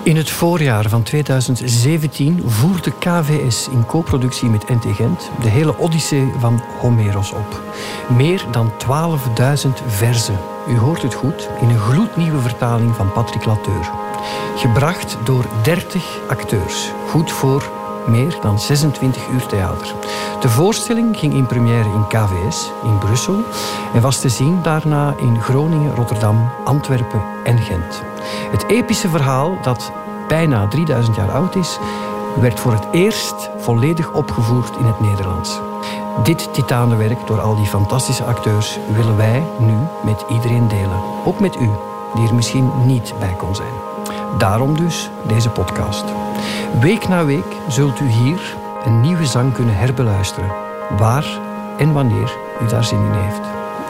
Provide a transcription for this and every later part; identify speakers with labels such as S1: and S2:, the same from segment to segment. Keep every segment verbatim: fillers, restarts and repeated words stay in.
S1: In het voorjaar van tweeduizend zeventien voerde K V S in co-productie met N T Gent de hele Odyssee van Homeros op. Meer dan twaalfduizend verzen. U hoort het goed, in een gloednieuwe vertaling van Patrick Lateur. Gebracht door dertig acteurs. Goed voor meer dan zesentwintig uur theater. De voorstelling ging in première in K V S, in Brussel, en was te zien daarna in Groningen, Rotterdam, Antwerpen en Gent. Het epische verhaal, dat bijna drieduizend jaar oud is, werd voor het eerst volledig opgevoerd in het Nederlands. Dit titanenwerk door al die fantastische acteurs willen wij nu met iedereen delen. Ook met u, die er misschien niet bij kon zijn. Daarom dus deze podcast. Week na week zult u hier een nieuwe zang kunnen herbeluisteren. Waar en wanneer u daar zin in heeft.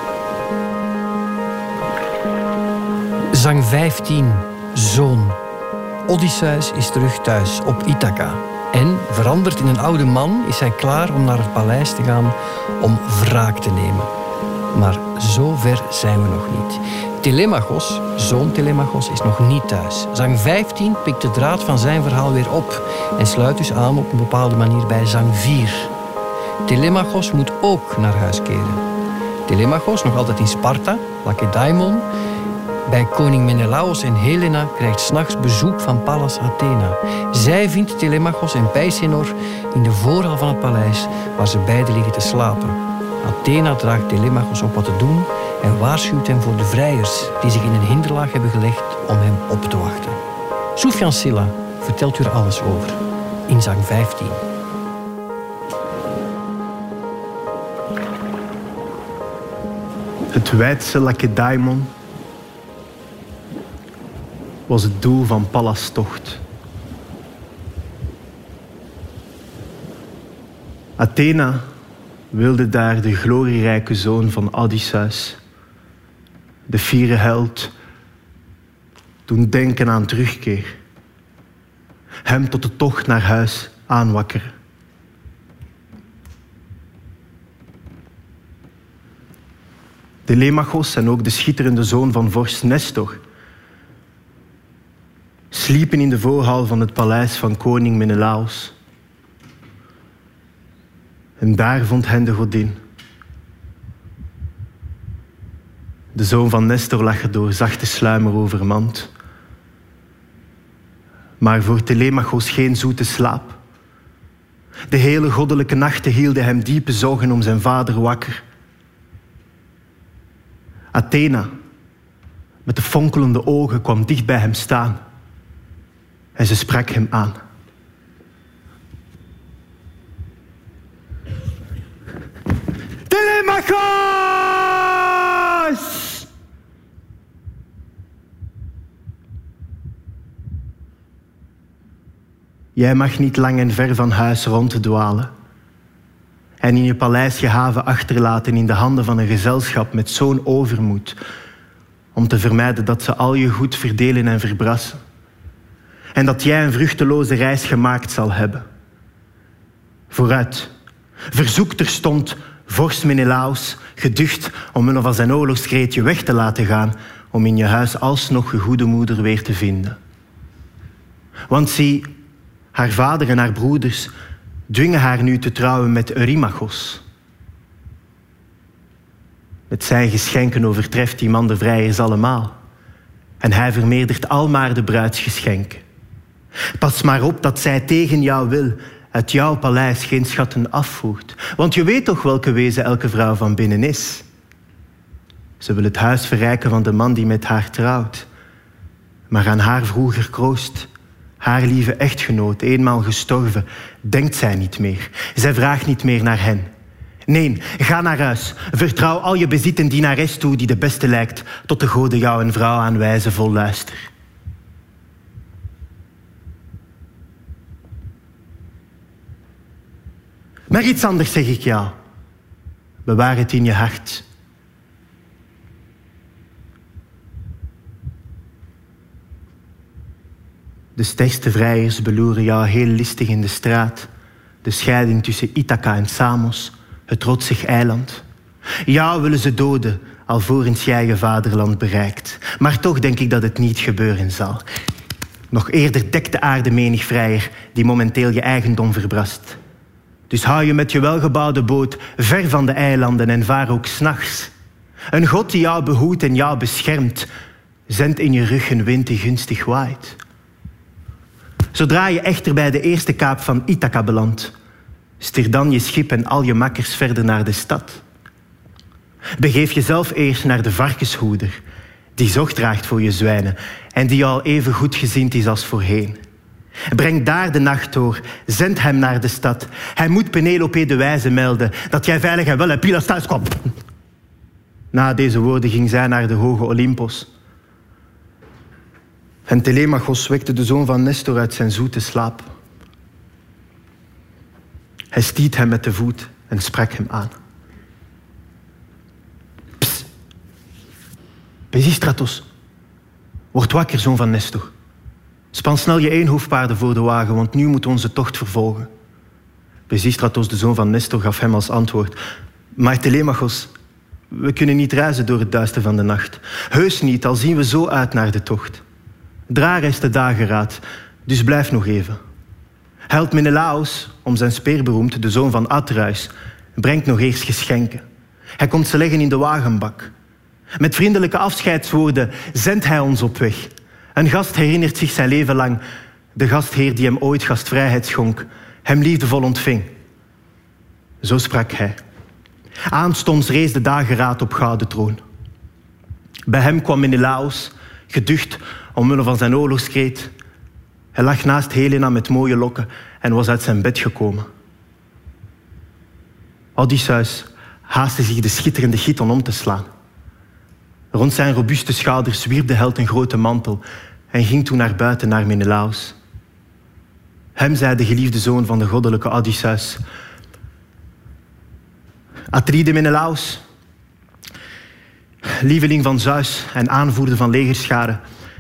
S1: Zang vijftien, Zoon. Odysseus is terug thuis op Ithaca. En, veranderd in een oude man, is hij klaar om naar het paleis te gaan om wraak te nemen. Maar zo ver zijn we nog niet. Telemachos, zoon Telemachos, is nog niet thuis. Zang vijftien pikt de draad van zijn verhaal weer op en sluit dus aan op een bepaalde manier bij zang vier. Telemachos moet ook naar huis keren. Telemachos, nog altijd in Sparta, Lakedaimon. Bij koning Menelaos en Helena krijgt 's nachts bezoek van Pallas Athena. Zij vindt Telemachos en Peisenor in de voorhal van het paleis, waar ze beiden liggen te slapen. Athena draagt Telemachos op wat te doen en waarschuwt hem voor de vrijers die zich in een hinderlaag hebben gelegd om hem op te wachten. Soufiane Sylla vertelt u er alles over in zang vijftien.
S2: Het Weidse Lakedaimon was het doel van Pallas' tocht. Athena wilde daar de glorierijke zoon van Odysseus, de fiere held, doen denken aan terugkeer. Hem tot de tocht naar huis aanwakkeren. Telemachos en ook de schitterende zoon van vorst Nestor sliepen in de voorhal van het paleis van koning Menelaos. En daar vond hen de godin. De zoon van Nestor lag er door zachte sluimer overmand. Maar voor Telemachos geen zoete slaap. De hele goddelijke nachten hielden hem diepe zorgen om zijn vader wakker. Athena, met de fonkelende ogen, kwam dicht bij hem staan. En ze sprak hem aan. Telemachos! Jij mag niet lang en ver van huis ronddwalen en in je paleis je haven achterlaten in de handen van een gezelschap met zo'n overmoed, om te vermijden dat ze al je goed verdelen en verbrassen. En dat jij een vruchteloze reis gemaakt zal hebben. Vooruit. Verzoek terstond vorst Menelaos geducht om een van zijn oorlogskreet je weg te laten gaan, om in je huis alsnog je goede moeder weer te vinden. Want zie, haar vader en haar broeders dwingen haar nu te trouwen met Eurymachos. Met zijn geschenken overtreft die man de vrijers allemaal. En hij vermeerdert almaar de bruidsgeschenken. Pas maar op dat zij tegen jouw wil uit jouw paleis geen schatten afvoert. Want je weet toch welke wezen elke vrouw van binnen is. Ze wil het huis verrijken van de man die met haar trouwt. Maar aan haar vroeger kroost, haar lieve echtgenoot, eenmaal gestorven, denkt zij niet meer. Zij vraagt niet meer naar hen. Nee, ga naar huis. Vertrouw al je bezit een dienares toe die de beste lijkt, tot de goden jou een vrouw aanwijzen vol luister. Maar iets anders zeg ik jou. Bewaar het in je hart. De sterkste vrijers beloeren jou heel listig in de straat. De scheiding tussen Ithaca en Samos, het rotsig eiland. Jou willen ze doden, alvorens jij je vaderland bereikt. Maar toch denk ik dat het niet gebeuren zal. Nog eerder dekt de aarde menig vrijer die momenteel je eigendom verbrast. Dus hou je met je welgebouwde boot ver van de eilanden en vaar ook 's nachts. Een God die jou behoedt en jou beschermt, zendt in je rug een wind die gunstig waait. Zodra je echter bij de eerste kaap van Ithaca belandt, stuur dan je schip en al je makkers verder naar de stad. Begeef jezelf eerst naar de varkenshoeder, die zorg draagt voor je zwijnen en die al even goedgezind is als voorheen. Breng daar de nacht door, zend hem naar de stad. Hij moet Penelope de wijze melden dat jij veilig en wel en Pylos thuis kwam. Na deze woorden ging zij naar de hoge Olympos. En Telemachos wekte de zoon van Nestor uit zijn zoete slaap. Hij stiet hem met de voet en sprak hem aan. Psst. Pisistratos, word wakker, zoon van Nestor. Span snel je eenhoefpaarden voor de wagen, want nu moet onze tocht vervolgen. Pisistratos, de zoon van Nestor, gaf hem als antwoord. Maar Telemachos, we kunnen niet reizen door het duister van de nacht. Heus niet, al zien we zo uit naar de tocht. Draar is de dageraad, dus blijf nog even. Held Menelaos, om zijn speer beroemd, de zoon van Atreus, brengt nog eerst geschenken. Hij komt ze leggen in de wagenbak. Met vriendelijke afscheidswoorden zendt hij ons op weg. Een gast herinnert zich zijn leven lang de gastheer die hem ooit gastvrijheid schonk, hem liefdevol ontving. Zo sprak hij. Aanstonds rees de dageraad op gouden troon. Bij hem kwam Menelaos, geducht omwille van zijn oorlogskreet. Hij lag naast Helena met mooie lokken en was uit zijn bed gekomen. Odysseus haastte zich de schitterende chiton om te slaan. Rond zijn robuuste schouders wierp de held een grote mantel en ging toen naar buiten naar Menelaos. Hem zei de geliefde zoon van de goddelijke Odysseus: Atride Menelaos, lieveling van Zeus en aanvoerder van legerscharen,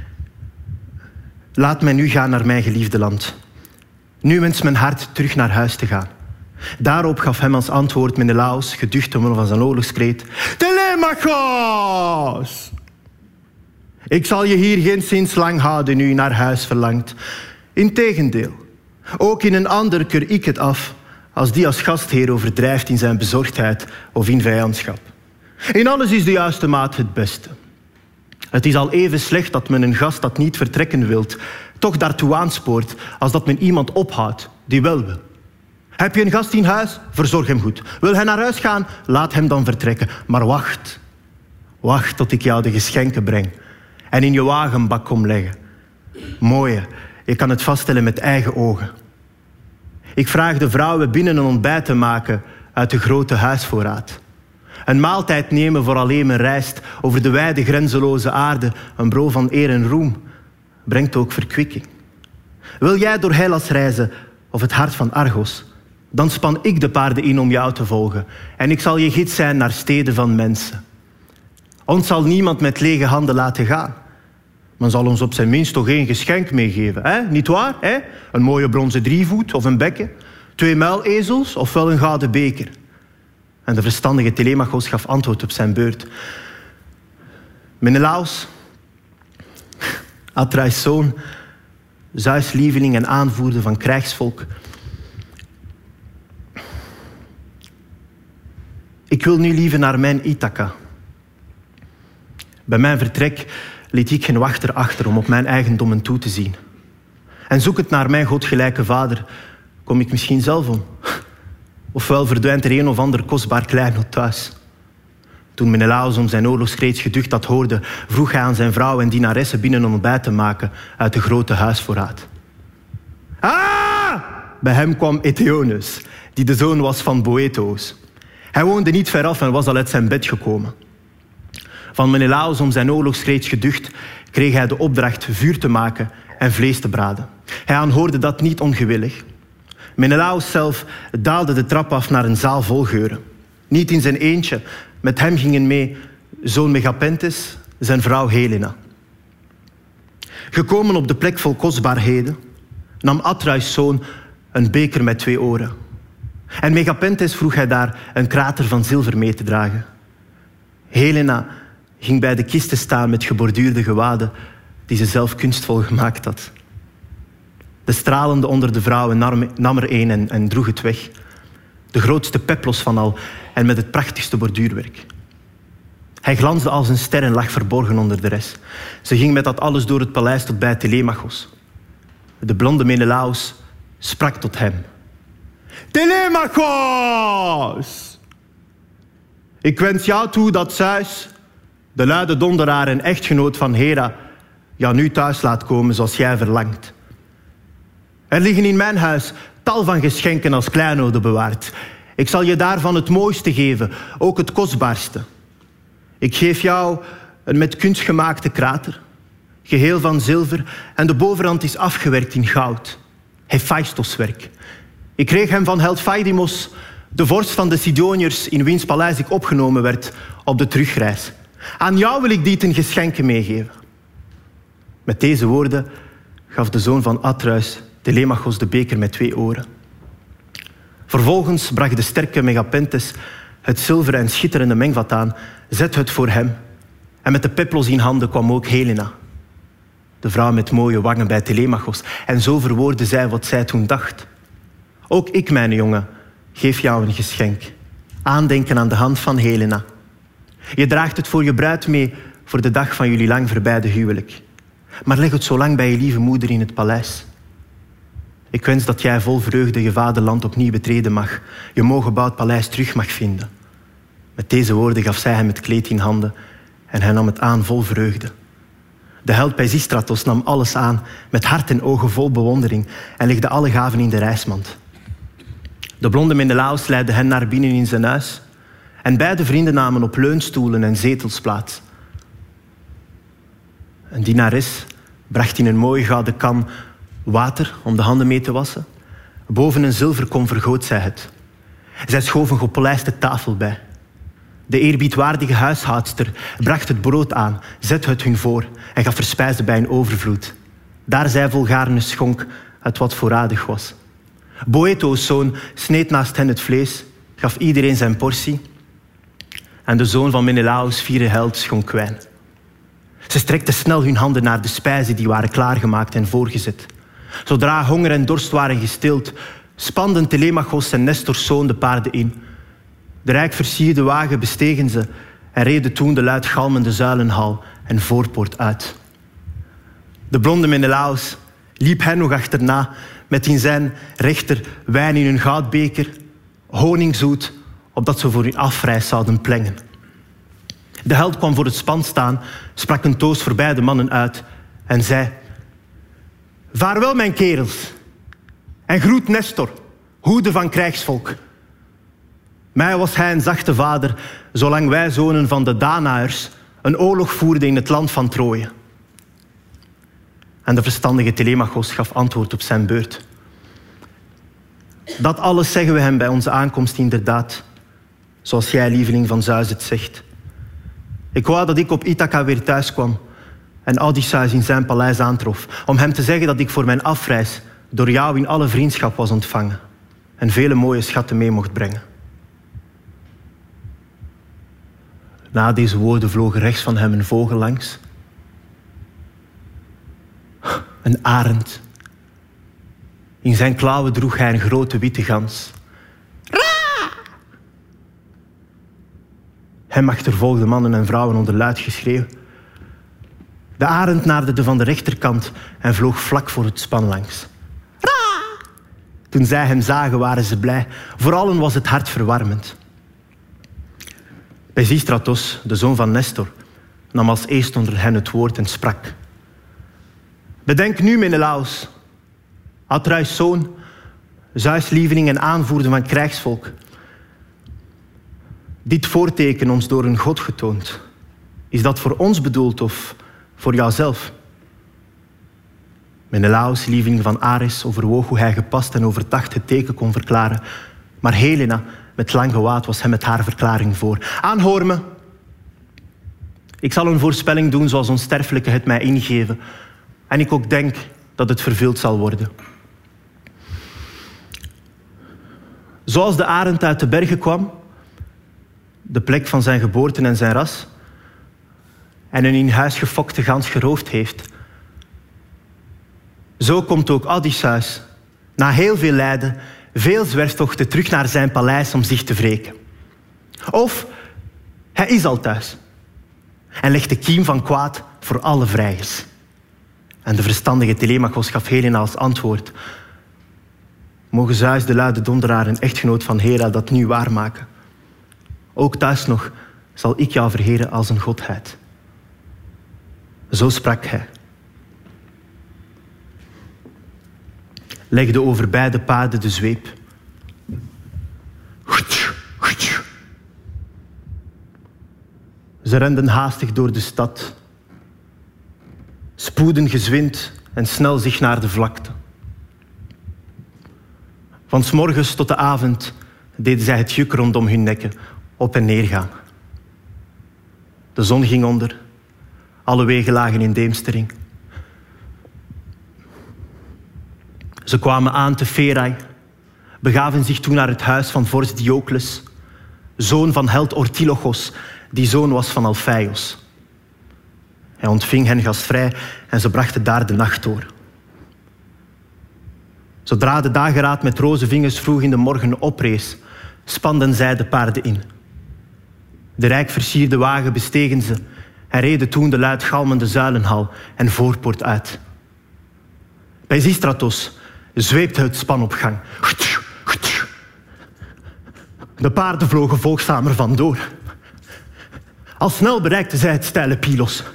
S2: laat mij nu gaan naar mijn geliefde land. Nu wenst mijn hart terug naar huis te gaan. Daarop gaf hem als antwoord Menelaos, geducht omwille van zijn oorlogskreet: Telemachos! Ik zal je hier geenszins lang houden nu je naar huis verlangt. Integendeel, ook in een ander keur ik het af als die als gastheer overdrijft in zijn bezorgdheid of in vijandschap. In alles is de juiste maat het beste. Het is al even slecht dat men een gast dat niet vertrekken wilt toch daartoe aanspoort als dat men iemand ophoudt die wel wil. Heb je een gast in huis? Verzorg hem goed. Wil hij naar huis gaan? Laat hem dan vertrekken. Maar wacht. Wacht tot ik jou de geschenken breng en in je wagenbak kom leggen. Mooie, je kan het vaststellen met eigen ogen. Ik vraag de vrouwen binnen een ontbijt te maken uit de grote huisvoorraad. Een maaltijd nemen voor alleen men reist over de wijde grenzeloze aarde. Een brood van eer en roem brengt ook verkwikking. Wil jij door Hellas reizen of het hart van Argos, dan span ik de paarden in om jou te volgen. En ik zal je gids zijn naar steden van mensen. Ons zal niemand met lege handen laten gaan. Men zal ons op zijn minst toch één geschenk meegeven. Hè? Niet waar? Hè? Een mooie bronzen drievoet of een bekken. Twee muilezels of wel een gouden beker. En de verstandige Telemachos gaf antwoord op zijn beurt. Menelaos, Atreus' zoon, Zeus' lieveling en aanvoerder van krijgsvolk. Ik wil nu liever naar mijn Ithaca. Bij mijn vertrek liet ik geen wachter achter om op mijn eigendommen toe te zien. En zoekend naar mijn godgelijke vader, kom ik misschien zelf om. Ofwel verdwijnt er een of ander kostbaar kleinod thuis. Toen Menelaos om zijn oorlogskreet geducht dat hoorde, vroeg hij aan zijn vrouw en dienaressen binnen om ontbijt te maken uit de grote huisvoorraad. Ah! Bij hem kwam Eteonus, die de zoon was van Boethos. Hij woonde niet veraf en was al uit zijn bed gekomen. Van Menelaos om zijn oorlogskreet geducht, kreeg hij de opdracht vuur te maken en vlees te braden. Hij aanhoorde dat niet ongewillig. Menelaos zelf daalde de trap af naar een zaal vol geuren. Niet in zijn eentje, met hem gingen mee zoon Megapenthes, zijn vrouw Helena. Gekomen op de plek vol kostbaarheden, nam Atreus' zoon een beker met twee oren. En Megapenthes vroeg hij daar een krater van zilver mee te dragen. Helena ging bij de kisten staan met geborduurde gewaden die ze zelf kunstvol gemaakt had. De stralende onder de vrouwen nam, nam er een en, en droeg het weg. De grootste peplos van al en met het prachtigste borduurwerk. Hij glansde als een ster en lag verborgen onder de rest. Ze ging met dat alles door het paleis tot bij Telemachos. De blonde Menelaos sprak tot hem. Telemachos! Ik wens jou toe dat Zeus, de luide donderaar en echtgenoot van Hera, jou nu thuis laat komen zoals jij verlangt. Er liggen in mijn huis tal van geschenken als kleinoden bewaard. Ik zal je daarvan het mooiste geven, ook het kostbaarste. Ik geef jou een met kunst gemaakte krater, geheel van zilver, en de bovenrand is afgewerkt in goud. Hephaistos werk. Ik kreeg hem van held Phaidimos, de vorst van de Sidoniërs, in wiens paleis ik opgenomen werd op de terugreis. Aan jou wil ik die ten geschenke meegeven. Met deze woorden gaf de zoon van Atreus Telemachos de beker met twee oren. Vervolgens bracht de sterke Megapenthes het zilveren en schitterende mengvat aan, zette het voor hem. En met de peplos in handen kwam ook Helena, de vrouw met mooie wangen bij Telemachos. En zo verwoordde zij wat zij toen dacht. Ook ik, mijn jongen, geef jou een geschenk. Aandenken aan de hand van Helena. Je draagt het voor je bruid mee voor de dag van jullie lang verbijde huwelijk. Maar leg het zo lang bij je lieve moeder in het paleis. Ik wens dat jij vol vreugde je vaderland opnieuw betreden mag, je mooi gebouwd paleis terug mag vinden. Met deze woorden gaf zij hem het kleed in handen en hij nam het aan vol vreugde. De held Pisistratos nam alles aan met hart en ogen vol bewondering en legde alle gaven in de reismand. De blonde Menelaos leidde hen naar binnen in zijn huis en beide vrienden namen op leunstoelen en zetels plaats. Een dienares bracht in een mooie gouden kan water om de handen mee te wassen. Boven een zilverkom vergoot zij het. Zij schoof een gepolijste tafel bij. De eerbiedwaardige huishoudster bracht het brood aan, zette het hun voor en gaf verspijzen bij een overvloed. Daar zij volgaarne schonk uit wat voorradig was. Boeto's zoon sneed naast hen het vlees, gaf iedereen zijn portie. En de zoon van Menelaos, vierde held, schonk wijn. Ze strekten snel hun handen naar de spijzen die waren klaargemaakt en voorgezet. Zodra honger en dorst waren gestild, spanden Telemachos en Nestors zoon de paarden in. De rijk versierde wagen bestegen ze en reden toen de luid galmende zuilenhal en voorpoort uit. De blonde Menelaos liep hen nog achterna met in zijn rechter wijn in hun goudbeker, honingzoet, opdat ze voor hun afreis zouden plengen. De held kwam voor het span staan, sprak een toast voor beide mannen uit en zei: Vaarwel, mijn kerels, en groet Nestor, hoede van krijgsvolk. Mij was hij een zachte vader, zolang wij zonen van de Danaërs een oorlog voerden in het land van Troje. En de verstandige Telemachos gaf antwoord op zijn beurt. Dat alles zeggen we hem bij onze aankomst inderdaad, zoals jij, lieveling van Zeus, het zegt. Ik wou dat ik op Ithaca weer thuis kwam en Odysseus in zijn paleis aantrof, om hem te zeggen dat ik voor mijn afreis door jou in alle vriendschap was ontvangen en vele mooie schatten mee mocht brengen. Na deze woorden vloog rechts van hem een vogel langs. Een arend. In zijn klauwen droeg hij een grote witte gans. Ra! Hem achtervolgden mannen en vrouwen onder luid geschreeuw. De arend naderde van de rechterkant en vloog vlak voor het span langs. Ra! Toen zij hem zagen, waren ze blij. Voor allen was het hart verwarmend. Pisistratos, de zoon van Nestor, nam als eerst onder hen het woord en sprak. Bedenk nu, Menelaos, Atreus' zoon, Zeus' lieveling en aanvoerder van krijgsvolk. Dit voorteken ons door een god getoond. Is dat voor ons bedoeld of voor jouzelf? Menelaos, lieveling van Ares, overwoog hoe hij gepast en overdacht het teken kon verklaren. Maar Helena, met lang gewaad, was hem met haar verklaring voor. Aanhoor me. Ik zal een voorspelling doen zoals onsterfelijke het mij ingeven. En ik ook denk dat het vervuld zal worden. Zoals de arend uit de bergen kwam, de plek van zijn geboorte en zijn ras, en een in huis gefokte gans geroofd heeft, Zo komt ook Odysseus, na heel veel lijden, veel zwerftochten terug naar zijn paleis om zich te wreken. Of hij is al thuis en legt de kiem van kwaad voor alle vrijers. En de verstandige Telemachos gaf Helena als antwoord: mogen Zeus, de luide donderaar en echtgenoot van Hera, dat nu waarmaken. Ook thuis nog zal ik jou verheren als een godheid. Zo sprak hij. Legde over beide paarden de zweep. Ze renden haastig door de stad, spoeden gezwind en snel zich naar de vlakte. Van 's morgens tot de avond deden zij het juk rondom hun nekken op en neer gaan. De zon ging onder, alle wegen lagen in deemstering. Ze kwamen aan te Pherae, begaven zich toen naar het huis van vorst Diocles, zoon van held Ortilochos, die zoon was van Alpheios. Hij ontving hen gastvrij en ze brachten daar de nacht door. Zodra de dageraad met roze vingers vroeg in de morgen oprees, spanden zij de paarden in. De rijk versierde wagen bestegen ze en reden toen de luid galmende zuilenhal en voorpoort uit. Bij Pisistratos zweepte het span op gang. De paarden vlogen volgzamer vandoor. Al snel bereikten zij het steile Pylos.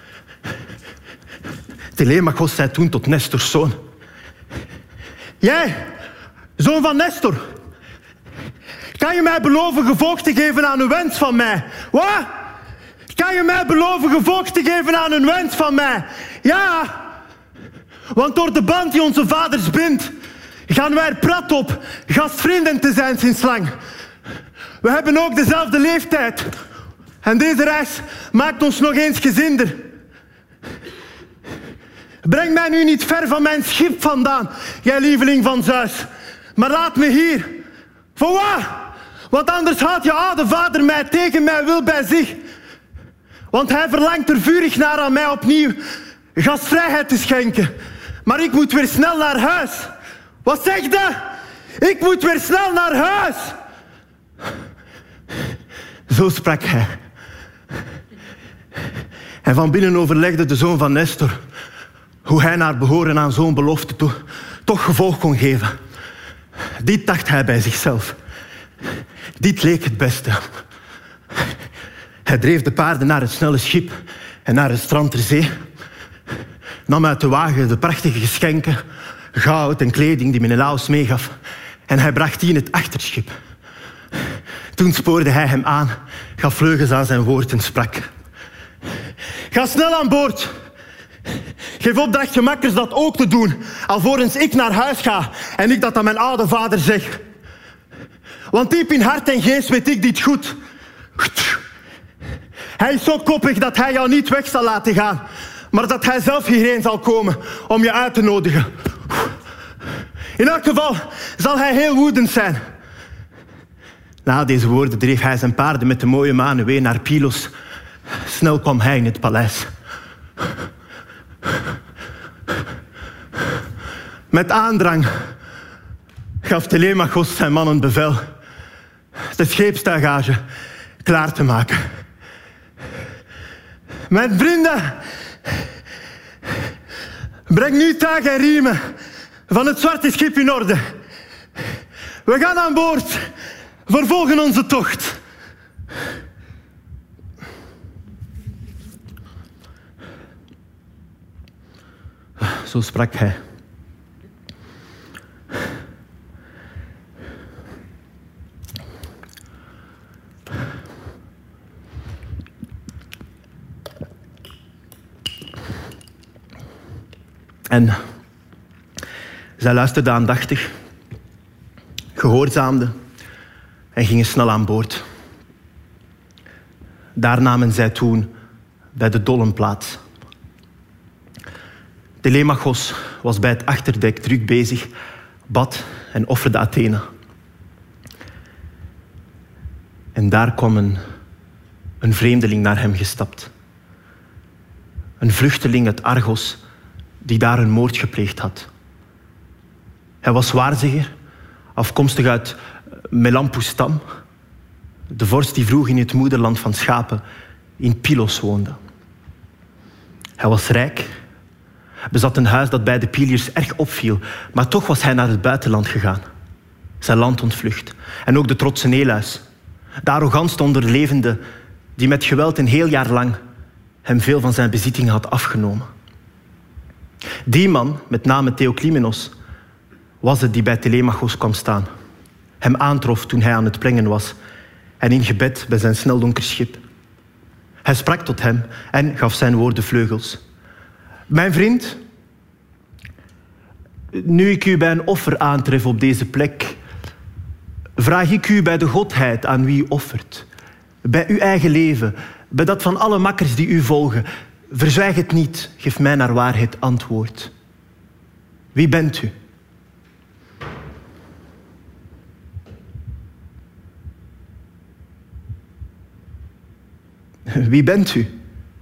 S2: Telemachos zei toen tot Nestors zoon: jij, zoon van Nestor, kan je mij beloven gevolg te geven aan een wens van mij? Wat? Kan je mij beloven gevolg te geven aan een wens van mij? Ja, want door de band die onze vaders bindt, gaan wij er prat op gastvrienden te zijn sinds lang. We hebben ook dezelfde leeftijd. En deze reis maakt ons nog eens gezinder. Breng mij nu niet ver van mijn schip vandaan, jij lieveling van Zeus. Maar laat me hier. Voor wat? Want anders houdt je oude vader mij tegen mijn wil bij zich. Want hij verlangt er vurig naar aan mij opnieuw gastvrijheid te schenken. Maar ik moet weer snel naar huis. Wat zeg je? Ik moet weer snel naar huis. Zo sprak hij. En van binnen overlegde de zoon van Nestor hoe hij naar behoren aan zo'n belofte toe toch gevolg kon geven. Dit dacht hij bij zichzelf. Dit leek het beste. Hij dreef de paarden naar het snelle schip en naar het strand ter zee. Nam uit de wagen de prachtige geschenken, goud en kleding die Menelaos meegaf. En hij bracht die in het achterschip. Toen spoorde hij hem aan, gaf vleugels aan zijn woord en sprak: ga snel aan boord. Geef opdracht je makkers dat ook te doen, alvorens ik naar huis ga en ik dat aan mijn oude vader zeg. Want diep in hart en geest weet ik dit goed. Hij is zo koppig dat hij jou niet weg zal laten gaan, maar dat hij zelf hierheen zal komen om je uit te nodigen. In elk geval zal hij heel woedend zijn. Na deze woorden dreef hij zijn paarden met de mooie Manuwe naar Pylos. Snel kwam hij in het paleis. Met aandrang gaf Telemachos zijn mannen bevel de scheepstuigage klaar te maken. Mijn vrienden, breng nu tuig en riemen van het zwarte schip in orde. We gaan aan boord, vervolgen onze tocht. Zo sprak hij. En zij luisterden aandachtig, gehoorzaamden en gingen snel aan boord. Daar namen zij toen bij de dollen plaats. Telemachos was bij het achterdek druk bezig, bad en offerde Athena. En daar kwam een, een vreemdeling naar hem gestapt. Een vluchteling uit Argos, die daar een moord gepleegd had. Hij was waarzegger, afkomstig uit Melampustam, de vorst die vroeg in het moederland van schapen in Pylos woonde. Hij was rijk, bezat een huis dat bij de Pyliërs erg opviel, maar toch was hij naar het buitenland gegaan. Zijn land ontvlucht. En ook de trotse Neluis, de arrogantste onder de levenden, die met geweld een heel jaar lang hem veel van zijn bezittingen had afgenomen. Die man, met name Theoclymenos, was het die bij Telemachos kwam staan, hem aantrof toen hij aan het plengen was en in gebed bij zijn sneldonker schip. Hij sprak tot hem en gaf zijn woorden vleugels. Mijn vriend, nu ik u bij een offer aantref op deze plek, vraag ik u bij de Godheid aan wie u offert, bij uw eigen leven, bij dat van alle makkers die u volgen, verzwijg het niet, geef mij naar waarheid antwoord. Wie bent u? Wie bent u?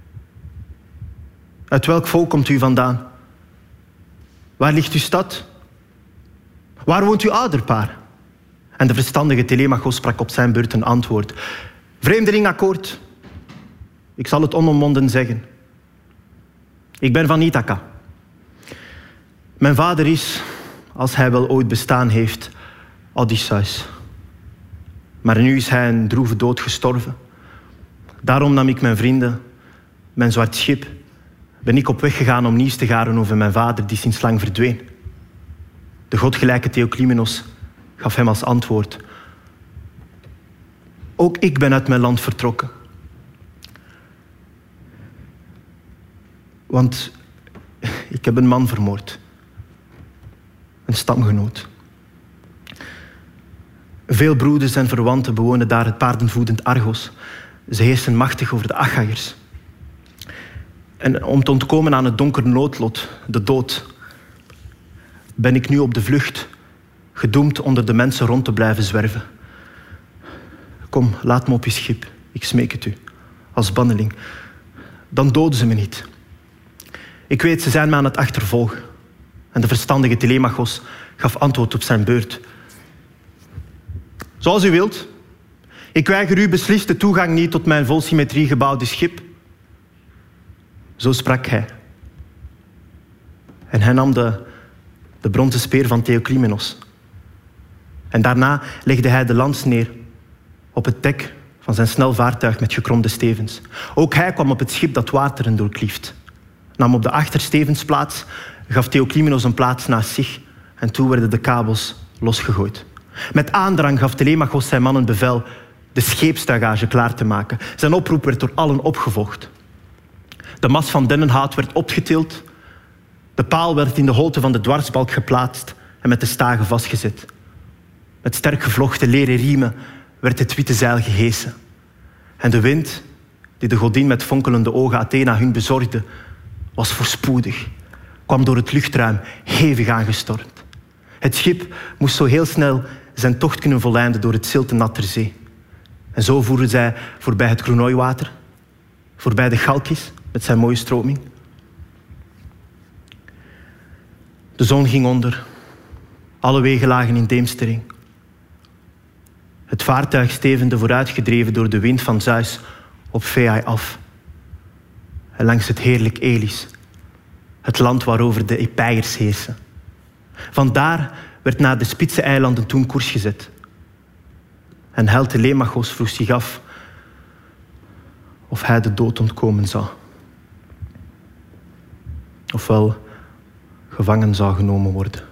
S2: Uit welk volk komt u vandaan? Waar ligt uw stad? Waar woont uw ouderpaar? En de verstandige Telemachos sprak op zijn beurt een antwoord. Vreemdeling, akkoord. Ik zal het onomwonden zeggen. Ik ben van Ithaca. Mijn vader is, als hij wel ooit bestaan heeft, Odysseus. Maar nu is hij een droeve dood gestorven. Daarom nam ik mijn vrienden, mijn zwart schip, ben ik op weg gegaan om nieuws te garen over mijn vader die sinds lang verdween. De godgelijke Theoclymenos gaf hem als antwoord. Ook ik ben uit mijn land vertrokken. Want ik heb een man vermoord. Een stamgenoot. Veel broeders en verwanten bewonen daar het paardenvoedend Argos. Ze heersen machtig over de Achaiërs. En om te ontkomen aan het donker noodlot, de dood, ben ik nu op de vlucht, gedoemd onder de mensen rond te blijven zwerven. Kom, laat me op je schip, ik smeek het u, als banneling. Dan doden ze me niet. Ik weet, ze zijn me aan het achtervolgen. En de verstandige Telemachos gaf antwoord op zijn beurt. Zoals u wilt. Ik weiger u beslist de toegang niet tot mijn vol symmetrie gebouwde schip. Zo sprak hij. En hij nam de, de bronzen speer van Theoclymenos. En daarna legde hij de lans neer op het dek van zijn snel vaartuig met gekromde stevens. Ook hij kwam op het schip dat wateren doorklieft. Nam op de achterstevens plaats, gaf Theoclymenos een plaats naast zich en toen werden de kabels losgegooid. Met aandrang gaf Telemachos zijn mannen bevel de scheepstuigage klaar te maken. Zijn oproep werd door allen opgevolgd. De mas van dennenhout werd opgetild. De paal werd in de holte van de dwarsbalk geplaatst en met de stagen vastgezet. Met sterk gevlochten leren riemen werd het witte zeil gehesen. En de wind, die de godin met fonkelende ogen Athena hun bezorgde, was voorspoedig, kwam door het luchtruim hevig aangestormd. Het schip moest zo heel snel zijn tocht kunnen voleinden door het zilte nat ter zee. En zo voeren zij voorbij het Kronoiwater, voorbij de Chalkis met zijn mooie stroming. De zon ging onder, alle wegen lagen in deemstering. Het vaartuig stevende vooruitgedreven door de wind van Zeus op Veai af. En langs het heerlijk Elis, het land waarover de Epeiërs heersen. Vandaar werd naar de Spitse eilanden toen koers gezet. En held Telemachos vroeg zich af of hij de dood ontkomen zou. Ofwel gevangen zou genomen worden.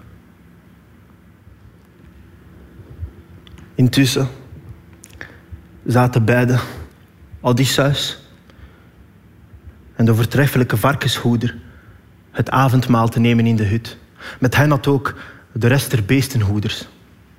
S2: Intussen zaten beiden, Odysseus en de voortreffelijke varkenshoeder, het avondmaal te nemen in de hut. Met hen had ook de rest der beestenhoeders.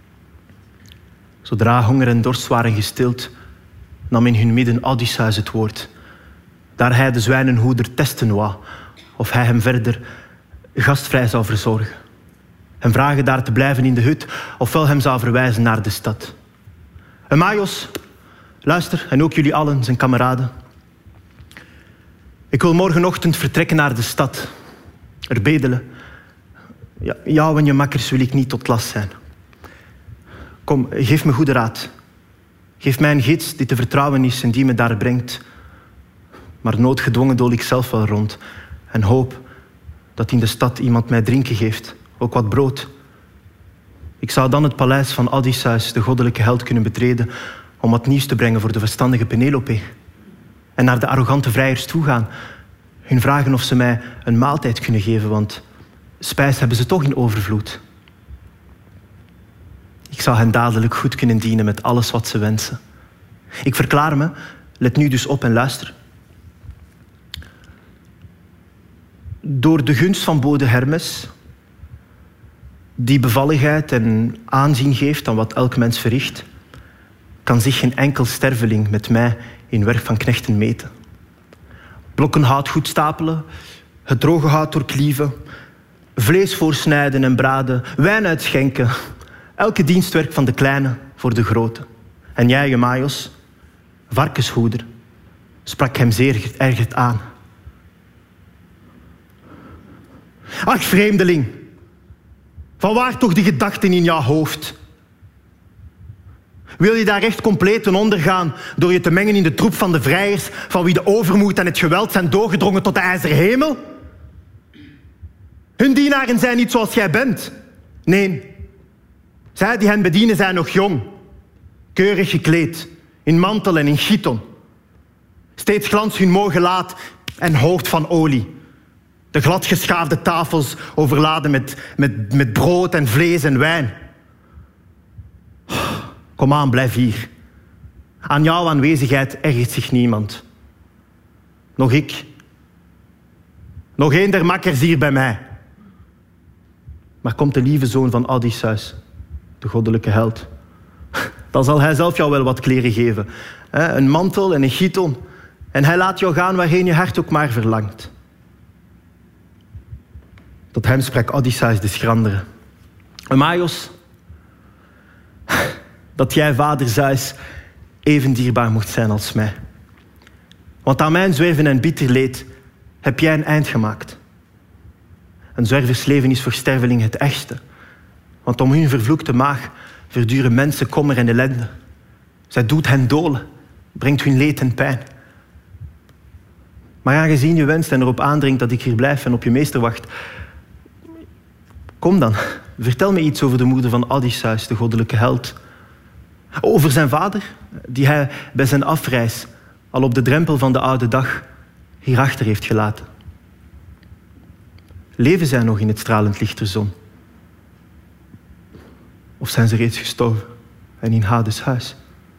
S2: Zodra honger en dorst waren gestild, nam in hun midden Odysseus het woord. Daar hij de zwijnenhoeder testen wou, of hij hem verder gastvrij zou verzorgen. Hem vragen daar te blijven in de hut, ofwel hem zou verwijzen naar de stad. Amaios, luister, en ook jullie allen, zijn kameraden. Ik wil morgenochtend vertrekken naar de stad. er bedelen. Ja, jou en je makkers wil ik niet tot last zijn. Kom, geef me goede raad. Geef mij een gids die te vertrouwen is en die me daar brengt. Maar noodgedwongen dool ik zelf wel rond en hoop dat in de stad iemand mij drinken geeft, ook wat brood. Ik zou dan het paleis van Odysseus, de goddelijke held, kunnen betreden om wat nieuws te brengen voor de verstandige Penelope. En naar de arrogante vrijers toegaan, hun vragen of ze mij een maaltijd kunnen geven, want spijs hebben ze toch in overvloed. Ik zou hen dadelijk goed kunnen dienen met alles wat ze wensen. Ik verklaar me, let nu dus op en luister. Door de gunst van bode Hermes, die bevalligheid en aanzien geeft aan wat elk mens verricht, kan zich geen enkel sterveling met mij in werk van knechten meten. Blokken hout goed stapelen, het droge hout doorklieven, vlees voorsnijden en braden, wijn uitschenken, elke dienstwerk van de kleine voor de grote. En jij, Eumaeus, varkenshoeder, sprak hem zeer ergerd aan. Ach, vreemdeling, vanwaar toch die gedachten in jouw hoofd? Wil je daar echt compleet ten onder gaan door je te mengen in de troep van de vrijers, van wie de overmoed en het geweld zijn doorgedrongen tot de ijzeren hemel? Hun dienaren zijn niet zoals jij bent. Nee, zij die hen bedienen zijn nog jong, keurig gekleed, in mantel en in chiton. Steeds glans hun mooi gelaat en hoofd van olie. De gladgeschaafde tafels overladen met, met, met brood en vlees en wijn. Kom aan, blijf hier. Aan jouw aanwezigheid ergert zich niemand. Nog ik. Nog één der makkers hier bij mij. Maar komt de lieve zoon van Odysseus, de goddelijke held. Dan zal hij zelf jou wel wat kleren geven. Een mantel en een chiton. En hij laat jou gaan waarheen je hart ook maar verlangt. Tot hem sprak Odysseus de schrandere. Eumaeus, dat jij, vader Zeus, even dierbaar mocht zijn als mij. Want aan mijn zwerven en bitter leed heb jij een eind gemaakt. Een zwerversleven is voor sterveling het echtste. Want om hun vervloekte maag verduren mensen kommer en ellende. Zij doet hen dolen, brengt hun leed en pijn. Maar aangezien je wenst en erop aandringt dat ik hier blijf en op je meester wacht, kom dan, vertel me iets over de moeder van Odysseus, de goddelijke held. Over zijn vader, die hij bij zijn afreis al op de drempel van de oude dag hierachter heeft gelaten. Leven zij nog in het stralend licht der zon? Of zijn ze reeds gestorven en in Hades huis?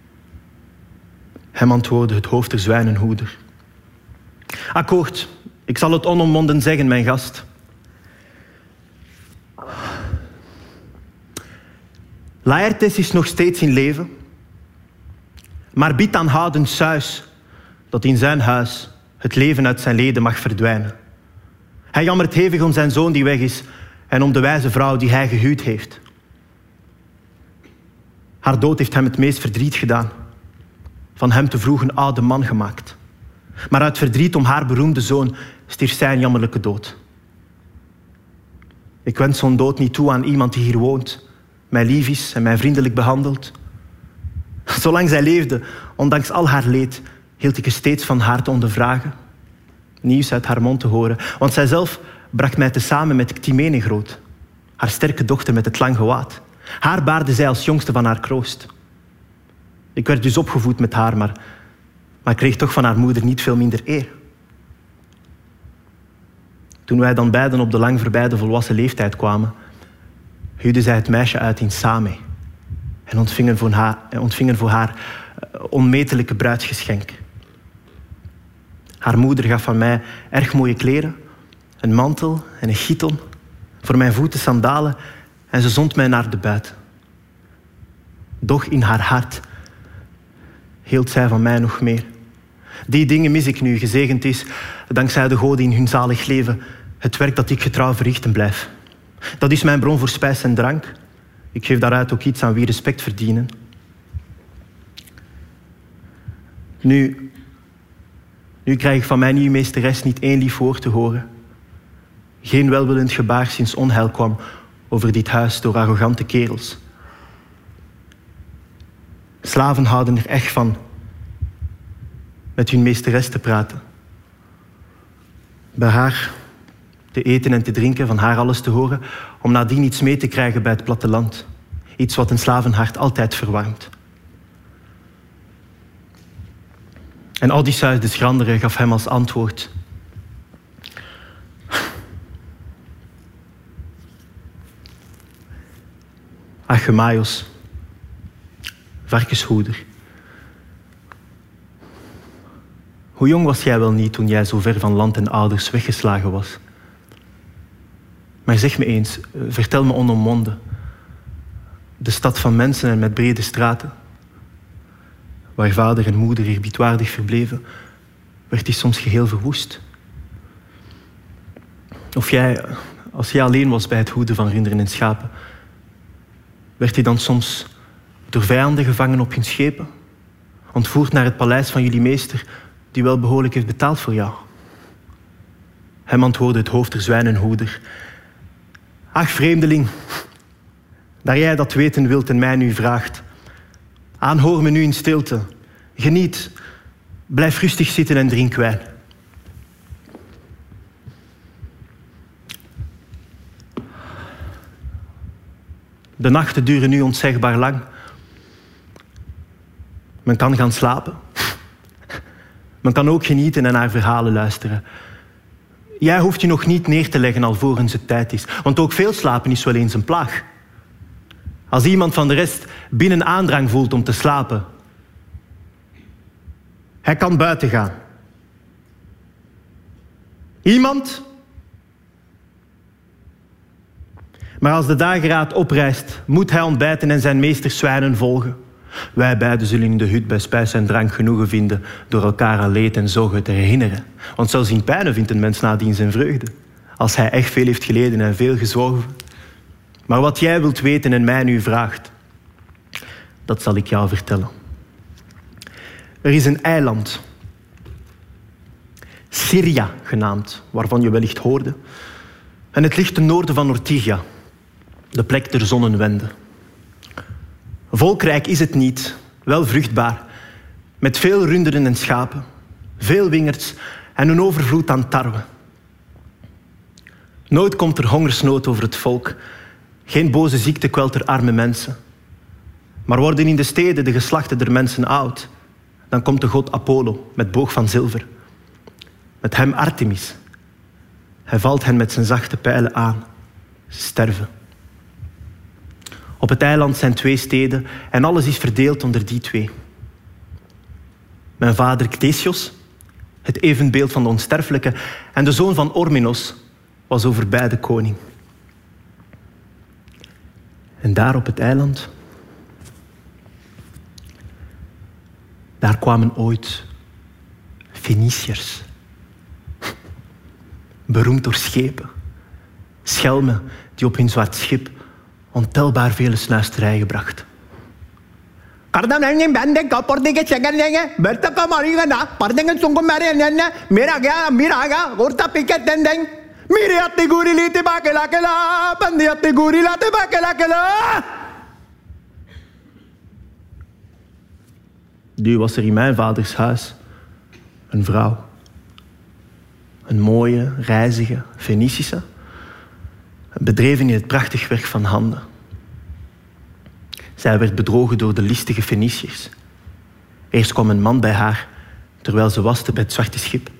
S2: Hem antwoordde het hoofd der zwijnenhoeder. Akkoord, ik zal het onomwonden zeggen, mijn gast. Laertes is nog steeds in leven, maar biedt aanhoudend Zeus dat in zijn huis het leven uit zijn leden mag verdwijnen. Hij jammert hevig om zijn zoon die weg is en om de wijze vrouw die hij gehuwd heeft. Haar dood heeft hem het meest verdriet gedaan, van hem te vroeg een oude man gemaakt. Maar uit verdriet om haar beroemde zoon stierf zij een jammerlijke dood. Ik wens zo'n dood niet toe aan iemand die hier woont, mij lief is en mij vriendelijk behandelt. Zolang zij leefde, ondanks al haar leed, hield ik er steeds van haar te ondervragen, nieuws uit haar mond te horen, want zijzelf bracht mij tezamen met Ctymene groot, haar sterke dochter met het lang gewaad. Haar baarde zij als jongste van haar kroost. Ik werd dus opgevoed met haar, maar, maar kreeg toch van haar moeder niet veel minder eer. Toen wij dan beiden op de lang voorbij de volwassen leeftijd kwamen, huwde zij het meisje uit in Same en ontvingen voor haar, ontvingen voor haar onmetelijke bruidsgeschenk. Haar moeder gaf van mij erg mooie kleren, een mantel en een chiton, voor mijn voeten sandalen, en ze zond mij naar de buiten. Doch in haar hart hield zij van mij nog meer. Die dingen mis ik nu, gezegend is, dankzij de goden in hun zalig leven, het werk dat ik getrouw verrichten blijf. Dat is mijn bron voor spijs en drank. Ik geef daaruit ook iets aan wie respect verdienen. Nu, nu krijg ik van mijn nieuwe meesteres niet één lief woord te horen. Geen welwillend gebaar sinds onheil kwam over dit huis door arrogante kerels. Slaven houden er echt van met hun meesteres te praten. Bij haar te eten en te drinken, van haar alles te horen, om nadien iets mee te krijgen bij het platteland. Iets wat een slavenhart altijd verwarmt. En Odysseus de schrandere gaf hem als antwoord: Achemaios, varkenshoeder. Hoe jong was jij wel niet toen jij zo ver van land en ouders weggeslagen was? Maar zeg me eens, vertel me onomwonden. De stad van mensen en met brede straten, waar vader en moeder eerbiedwaardig verbleven, werd die soms geheel verwoest. Of jij, als jij alleen was bij het hoeden van runderen en schapen, werd hij dan soms door vijanden gevangen op hun schepen, ontvoerd naar het paleis van jullie meester, die wel behoorlijk heeft betaald voor jou? Hem antwoordde het hoofd der zwijnenhoeder: Ach, vreemdeling, daar jij dat weten wilt en mij nu vraagt, aanhoor me nu in stilte. Geniet, blijf rustig zitten en drink wijn. De nachten duren nu ontzegbaar lang. Men kan gaan slapen. Men kan ook genieten en naar verhalen luisteren. Jij hoeft je nog niet neer te leggen alvorens het tijd is. Want ook veel slapen is wel eens een plaag. Als iemand van de rest binnen aandrang voelt om te slapen, hij kan buiten gaan. Iemand? Maar als de dageraad oprijst, moet hij ontbijten en zijn meesters zwijnen volgen. Wij beiden zullen in de hut bij spijs en drank genoegen vinden door elkaar aan leed en zorgen te herinneren. Want zelfs in pijnen vindt een mens nadien zijn vreugde, als hij echt veel heeft geleden en veel gezworven. Maar wat jij wilt weten en mij nu vraagt, dat zal ik jou vertellen. Er is een eiland, Syria genaamd, waarvan je wellicht hoorde. En het ligt ten noorden van Ortygia, de plek der zonnewende. Volkrijk is het niet, wel vruchtbaar, met veel runderen en schapen, veel wingerds en een overvloed aan tarwe. Nooit komt er hongersnood over het volk, geen boze ziekte kwelt er arme mensen. Maar worden in de steden de geslachten der mensen oud, dan komt de god Apollo met boog van zilver. Met hem Artemis. Hij valt hen met zijn zachte pijlen aan. Ze sterven. Op het eiland zijn twee steden en alles is verdeeld onder die twee. Mijn vader Ctesios, het evenbeeld van de onsterfelijke, en de zoon van Ormenos was over beide koning. En daar op het eiland, daar kwamen ooit Feniciërs. Beroemd door schepen. Schelmen die op hun zwart schip ontelbaar vele snuisterijen bracht. Nu was er in mijn vaders huis een vrouw. Een mooie, rijzige Fenicische, bedreven in het prachtig werk van handen. Zij werd bedrogen door de listige Feniciërs. Eerst kwam een man bij haar, terwijl ze waste bij het zwarte schip.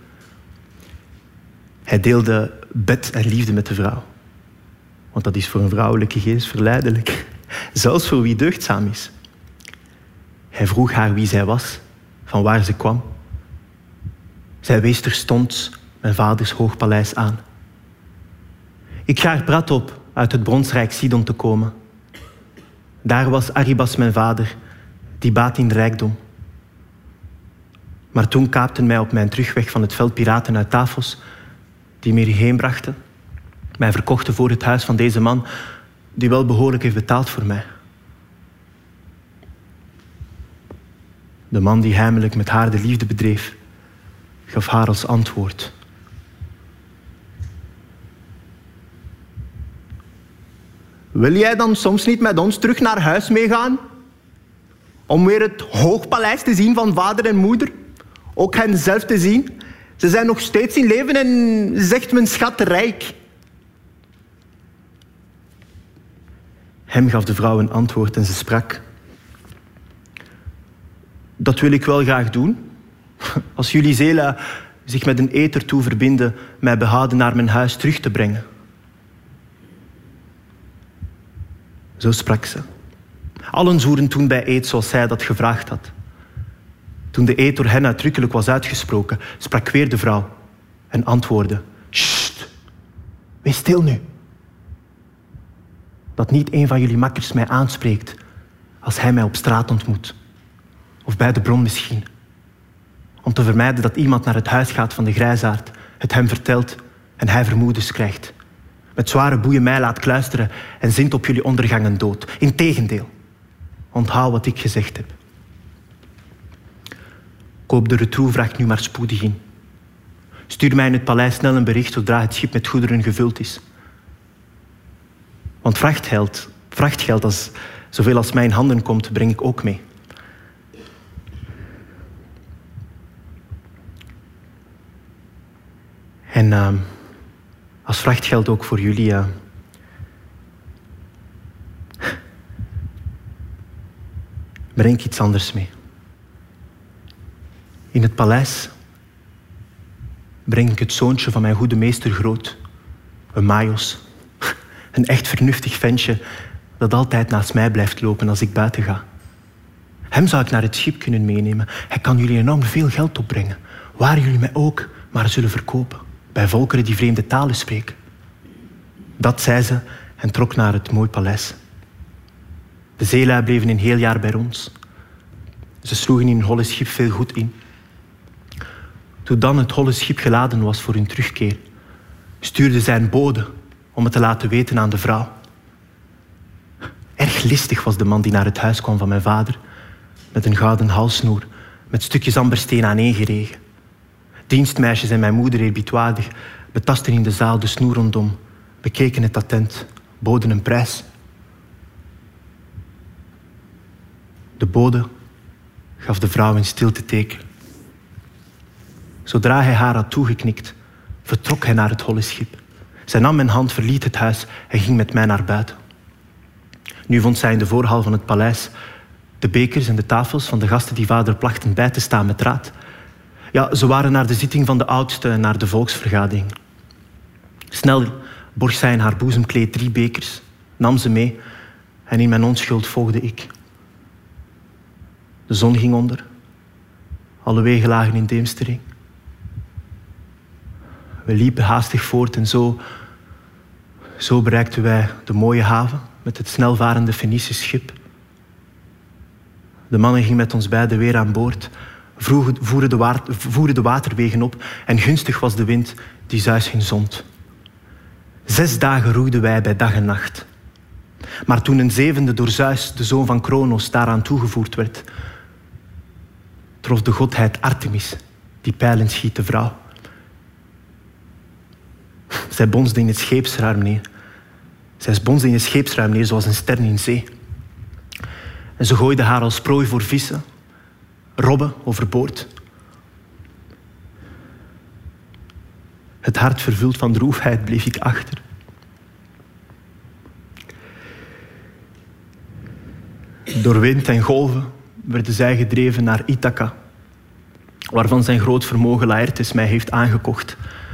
S2: Hij deelde bed en liefde met de vrouw. Want dat is voor een vrouwelijke geest verleidelijk. Zelfs voor wie deugdzaam is. Hij vroeg haar wie zij was, van waar ze kwam. Zij wees terstond mijn vaders hoogpaleis aan. Ik ga er prat op uit het bronsrijk Sidon te komen. Daar was Aribas mijn vader, die baat in rijkdom. Maar toen kaapten mij op mijn terugweg van het veld piraten uit Tafos, die me hierheen brachten, mij verkochten voor het huis van deze man, die wel behoorlijk heeft betaald voor mij. De man die heimelijk met haar de liefde bedreef, gaf haar als antwoord: wil jij dan soms niet met ons terug naar huis meegaan? Om weer het hoogpaleis te zien van vader en moeder? Ook hen zelf te zien? Ze zijn nog steeds in leven en zegt mijn schat rijk. Hem gaf de vrouw een antwoord en ze sprak. Dat wil ik wel graag doen. Als jullie Zela zich met een eter toe verbinden, mij behouden naar mijn huis terug te brengen. Zo sprak ze. Allen zwoeren toen bij eed zoals zij dat gevraagd had. Toen de eed door hen uitdrukkelijk was uitgesproken, sprak weer de vrouw en antwoordde. Sst, wees stil nu. Dat niet een van jullie makkers mij aanspreekt als hij mij op straat ontmoet. Of bij de bron misschien. Om te vermijden dat iemand naar het huis gaat van de grijsaard, het hem vertelt en hij vermoedens krijgt. Met zware boeien mij laat kluisteren en zint op jullie ondergangen dood. Integendeel, onthoud wat ik gezegd heb. Koop de retourvracht nu maar spoedig in. Stuur mij in het paleis snel een bericht zodra het schip met goederen gevuld is. Want vrachtgeld, vrachtgeld als zoveel als mij in handen komt, breng ik ook mee. En uh, als vrachtgeld ook voor jullie. Uh, breng ik iets anders mee. In het paleis breng ik het zoontje van mijn goede meester groot, een Maios. Een echt vernuftig ventje dat altijd naast mij blijft lopen als ik buiten ga. Hem zou ik naar het schip kunnen meenemen. Hij kan jullie enorm veel geld opbrengen, waar jullie mij ook maar zullen verkopen. Bij volkeren die vreemde talen spreken. Dat zei ze en trok naar het mooi paleis. De zeelui bleven een heel jaar bij ons. Ze sloegen in hun holle schip veel goed in. Toen dan het holle schip geladen was voor hun terugkeer, stuurde zij een bode om het te laten weten aan de vrouw. Erg listig was de man die naar het huis kwam van mijn vader, met een gouden halssnoer, met stukjes ambersteen aaneengeregen. Dienstmeisjes en mijn moeder eerbiedwaardig betasten in de zaal de snoer rondom, bekeken het attent, boden een prijs. De bode gaf de vrouw een stilte teken. Zodra hij haar had toegeknikt, vertrok hij naar het holle schip. Zij nam mijn hand, verliet het huis en ging met mij naar buiten. Nu vond zij in de voorhal van het paleis de bekers en de tafels van de gasten die vader plachten bij te staan met raad. Ja, ze waren naar de zitting van de oudste en naar de volksvergadering. Snel borg zij in haar boezemkleed drie bekers, nam ze mee en in mijn onschuld volgde ik. De zon ging onder. Alle wegen lagen in deemstering. We liepen haastig voort en zo, zo bereikten wij de mooie haven met het snelvarende Fenicische schip. De mannen gingen met ons beiden weer aan boord, voeren de, waard, voeren de waterwegen op en gunstig was de wind die Zeus zond. Zes dagen roeiden wij bij dag en nacht. Maar toen een zevende door Zeus, de zoon van Kronos, daaraan toegevoegd werd, trof de godheid Artemis, die pijlen schiet de vrouw. Zij bonsde in het scheepsruim neer. Zij bonsde in het scheepsruim neer zoals een ster in zee. En ze gooide haar als prooi voor vissen, robben overboord. Het hart vervuld van droefheid bleef ik achter. Door wind en golven werden zij gedreven naar Ithaca, waarvan zijn groot vermogen Laertes mij heeft aangekocht.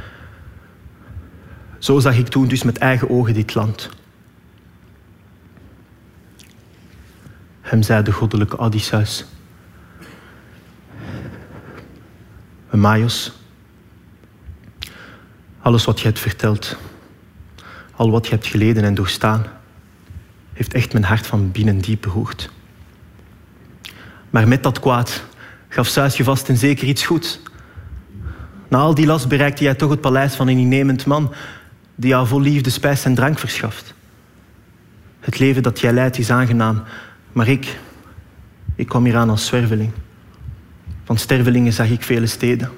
S2: Zo zag ik toen dus met eigen ogen dit land. Hem zei de goddelijke Odysseus: Maios, alles wat je hebt verteld, al wat je hebt geleden en doorstaan, heeft echt mijn hart van binnen diep behoord. Maar met dat kwaad gaf Zeus je vast en zeker iets goeds. Na al die last bereikte jij toch het paleis van een innemend man die jou vol liefde, spijs en drank verschaft. Het leven dat jij leidt is aangenaam, maar ik, ik kwam hier aan als zwerveling. Van stervelingen zag ik vele steden.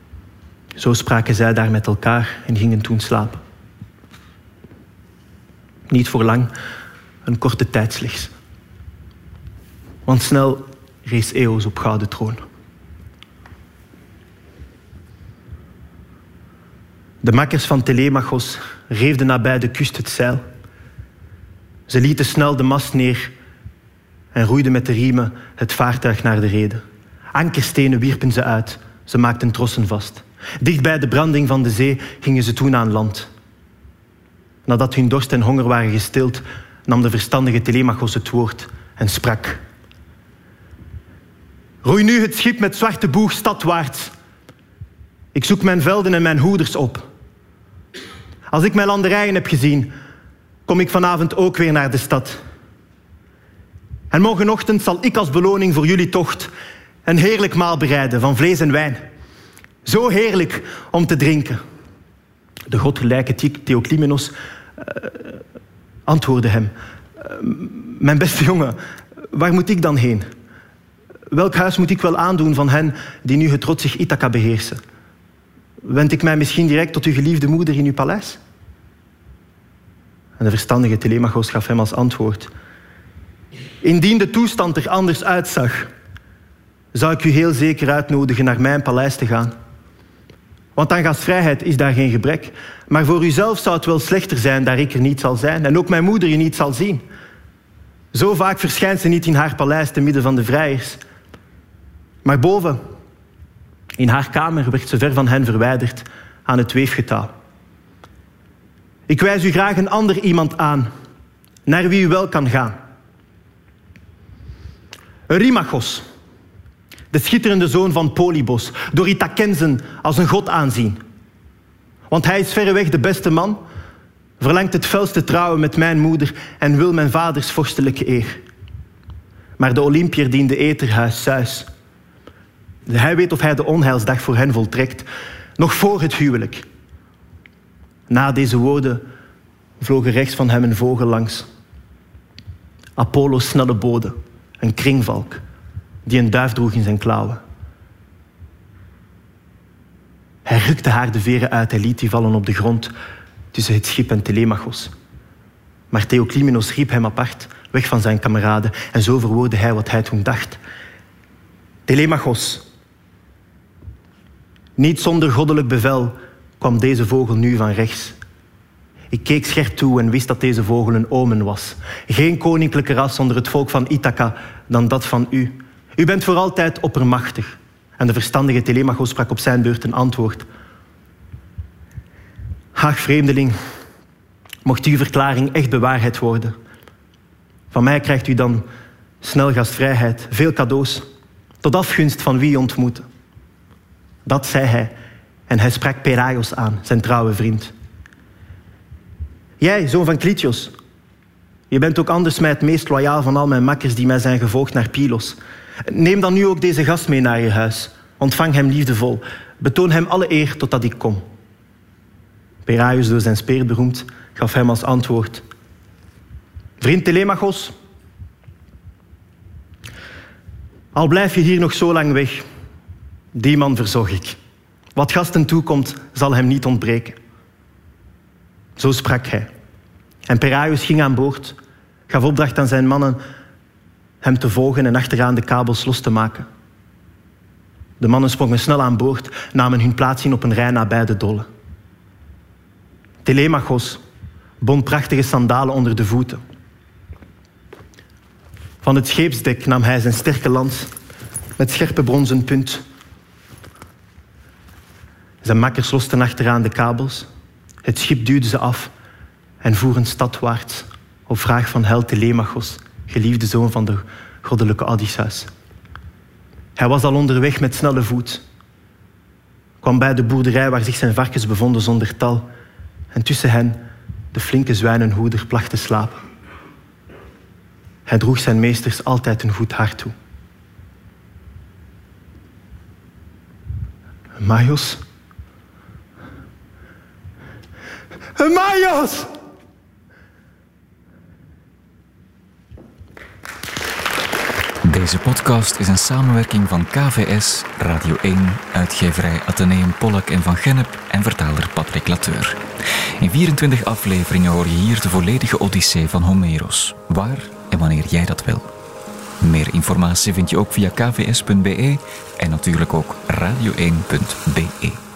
S2: Zo spraken zij daar met elkaar en gingen toen slapen. Niet voor lang, een korte tijd slechts. Want snel rees Eos op gouden troon. De makkers van Telemachos reefden nabij de kust het zeil. Ze lieten snel de mast neer en roeiden met de riemen het vaartuig naar de rede. Ankerstenen wierpen ze uit, ze maakten trossen vast. Dicht bij de branding van de zee gingen ze toen aan land. Nadat hun dorst en honger waren gestild, nam de verstandige Telemachos het woord en sprak. Roei nu het schip met zwarte boeg stadwaarts. Ik zoek mijn velden en mijn hoeders op. Als ik mijn landerijen heb gezien, kom ik vanavond ook weer naar de stad. En morgenochtend zal ik als beloning voor jullie tocht een heerlijk maal bereiden van vlees en wijn. Zo heerlijk om te drinken. De godgelijke Theoclymenos uh, antwoordde hem. Uh, mijn beste jongen, waar moet ik dan heen? Welk huis moet ik wel aandoen van hen die nu het trotsig Ithaca beheersen? Wend ik mij misschien direct tot uw geliefde moeder in uw paleis? En de verstandige Telemachos gaf hem als antwoord. Indien de toestand er anders uitzag, zou ik u heel zeker uitnodigen naar mijn paleis te gaan. Want aan gastvrijheid is daar geen gebrek. Maar voor uzelf zou het wel slechter zijn daar ik er niet zal zijn en ook mijn moeder je niet zal zien. Zo vaak verschijnt ze niet in haar paleis te midden van de vrijers. Maar boven, in haar kamer, werd ze ver van hen verwijderd aan het weefgetouw. Ik wijs u graag een ander iemand aan, naar wie u wel kan gaan. Eurymachos, de schitterende zoon van Polybos, door Ithakensen als een god aanzien. Want hij is verreweg de beste man, verlangt het felste trouwen met mijn moeder en wil mijn vaders vorstelijke eer. Maar de Olympiër dient de eterhuis Zeus. Hij weet of hij de onheilsdag voor hen voltrekt, nog voor het huwelijk. Na deze woorden vloog er rechts van hem een vogel langs. Apollo's snelle bode, een kringvalk, die een duif droeg in zijn klauwen. Hij rukte haar de veren uit en liet die vallen op de grond tussen het schip en Telemachos. Maar Theoclymenos riep hem apart, weg van zijn kameraden, en zo verwoordde hij wat hij toen dacht. Telemachos, niet zonder goddelijk bevel kwam deze vogel nu van rechts. Ik keek scherp toe en wist dat deze vogel een omen was. Geen koninklijke ras onder het volk van Ithaca dan dat van u. U bent voor altijd oppermachtig. En de verstandige Telemachos sprak op zijn beurt een antwoord. Ach, vreemdeling, mocht uw verklaring echt bewaarheid worden. Van mij krijgt u dan snel gastvrijheid, veel cadeaus, tot afgunst van wie u ontmoette. Dat zei hij en hij sprak Peraios aan, zijn trouwe vriend. Jij, zoon van Clytios, je bent ook anders mij het meest loyaal van al mijn makkers die mij zijn gevolgd naar Pylos. Neem dan nu ook deze gast mee naar je huis. Ontvang hem liefdevol. Betoon hem alle eer totdat ik kom. Peraios, door zijn speer beroemd, gaf hem als antwoord. Vriend Telemachos, al blijf je hier nog zo lang weg, die man verzorg ik. Wat gasten toekomt, zal hem niet ontbreken. Zo sprak hij. En Peraios ging aan boord, gaf opdracht aan zijn mannen hem te volgen en achteraan de kabels los te maken. De mannen sprongen snel aan boord, namen hun plaats in op een rij nabij de dolle. Telemachos bond prachtige sandalen onder de voeten. Van het scheepsdek nam hij zijn sterke lans met scherpe bronzen punt. Zijn makkers losten achteraan de kabels. Het schip duwde ze af en voeren stadwaarts op vraag van held Telemachos, geliefde zoon van de goddelijke Odysseus. Hij was al onderweg met snelle voet, kwam bij de boerderij waar zich zijn varkens bevonden zonder tal en tussen hen de flinke zwijnenhoeder placht te slapen. Hij droeg zijn meesters altijd een goed hart toe. Maios? Maios!
S3: De Deze podcast is een samenwerking van K V S, Radio één, uitgeverij Atheneum Pollack en Van Gennep en vertaler Patrick Lateur. In vierentwintig afleveringen hoor je hier de volledige Odyssee van Homeros, waar en wanneer jij dat wil. Meer informatie vind je ook via k v s punt b e en natuurlijk ook radio één punt b e.